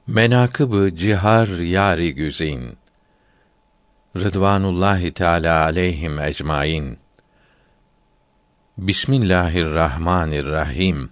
Menakıb-ı cihar yâri güzin, Rıdvanullahi Teâlâ aleyhim ecmaîn. Bismillahirrahmanirrahim.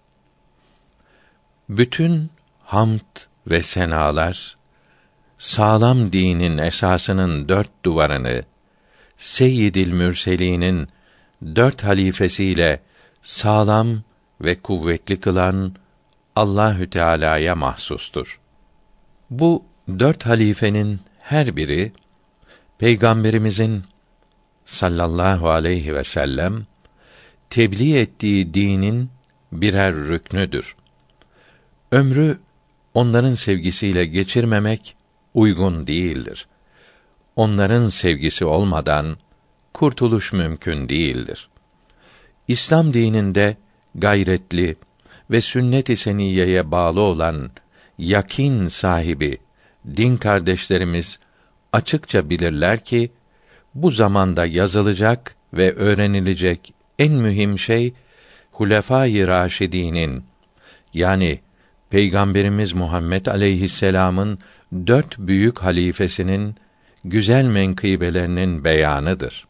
Bütün hamd ve senalar, sağlam dinin esasının dört duvarını, Seyyidil Mürselîn'in dört halifesiyle sağlam ve kuvvetli kılan Allahü Teâlâ'ya mahsustur. Bu dört halifenin her biri, Peygamberimizin sallallahu aleyhi ve sellem tebliğ ettiği dinin birer rüknüdür. Ömrü onların sevgisiyle geçirmemek uygun değildir. Onların sevgisi olmadan kurtuluş mümkün değildir. İslam dininde gayretli ve sünnet-i seniyyeye bağlı olan yakîn sahibi din kardeşlerimiz açıkça bilirler ki bu zamanda yazılacak ve öğrenilecek en mühim şey Hulefâ-i Râşidîn'in, yani Peygamberimiz Muhammed aleyhisselam'ın dört büyük halifesinin güzel menkıbelerinin beyanıdır.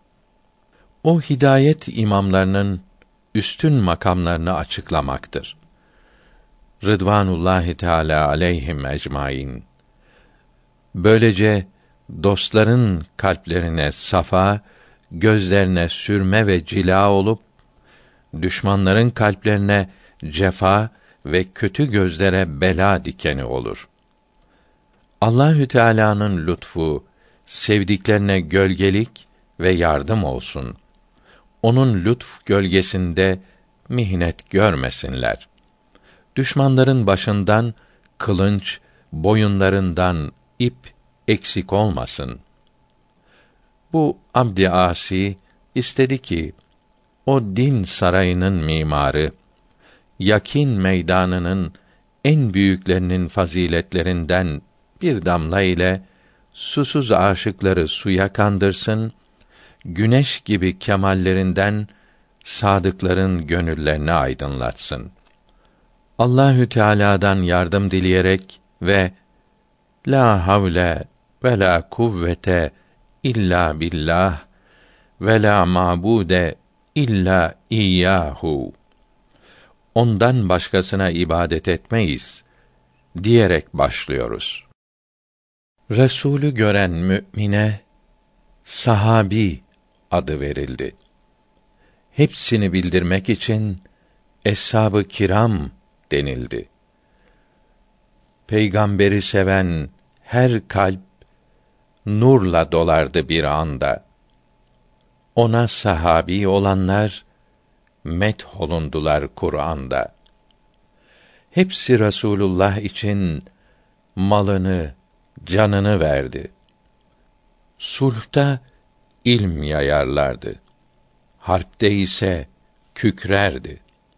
O hidayet imamlarının üstün makamlarını açıklamaktır. Rıdvanullahi Teâlâ aleyhim ecmaîn. Böylece dostların kalplerine safa, gözlerine sürme ve cila olup, düşmanların kalplerine cefa ve kötü gözlere bela dikeni olur. Allahü Teâlâ'nın lütfu sevdiklerine gölgelik ve yardım olsun. Onun lütf gölgesinde mihnet görmesinler. Düşmanların başından kılınç, boyunlarından ip eksik olmasın. Bu abd-i âsî istedi ki o din sarayının mimarı, yakîn meydanının en büyüklerinin faziletlerinden bir damla ile susuz aşıkları suya kandırsın, güneş gibi kemallerinden sadıkların gönüllerini aydınlatsın. Allahü Teâlâ'dan yardım dileyerek ve la havle ve la kuvvete illa billah ve la mabude illa iyyahu, ondan başkasına ibadet etmeyiz diyerek başlıyoruz. Resulü gören mümine sahabi adı verildi. Hepsini bildirmek için eshab-ı kiram denildi. Peygamberi seven her kalp nurla dolardı bir anda. Ona sahabi olanlar metholundular Kur'an'da. Hepsi Resulullah için malını, canını verdi. Sulhta ilm yayarlardı. Harpte ise kükrerdi.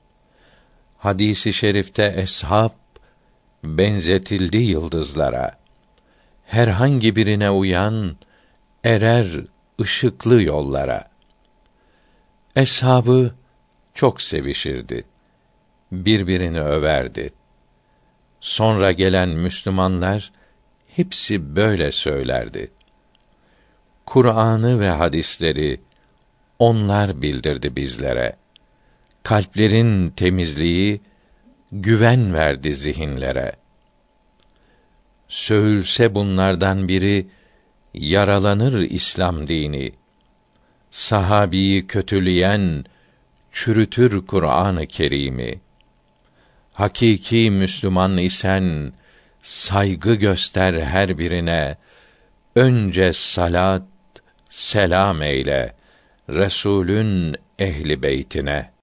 Hadis-i şerifte eshab benzetildi yıldızlara. Herhangi birine uyan erer ışıklı yollara. Eshabı çok sevişirdi. Birbirini överdi. Sonra gelen Müslümanlar hepsi böyle söylerdi. Kur'an'ı ve hadisleri onlar bildirdi bizlere. Kalplerin temizliği güven verdi zihinlere. Söğülse bunlardan biri yaralanır İslam dini. Sahabiyi kötüleyen çürütür Kur'an-ı Kerim'i. Hakiki Müslüman isen saygı göster her birine. Önce salat, selam eyle Resulün ehli beytine.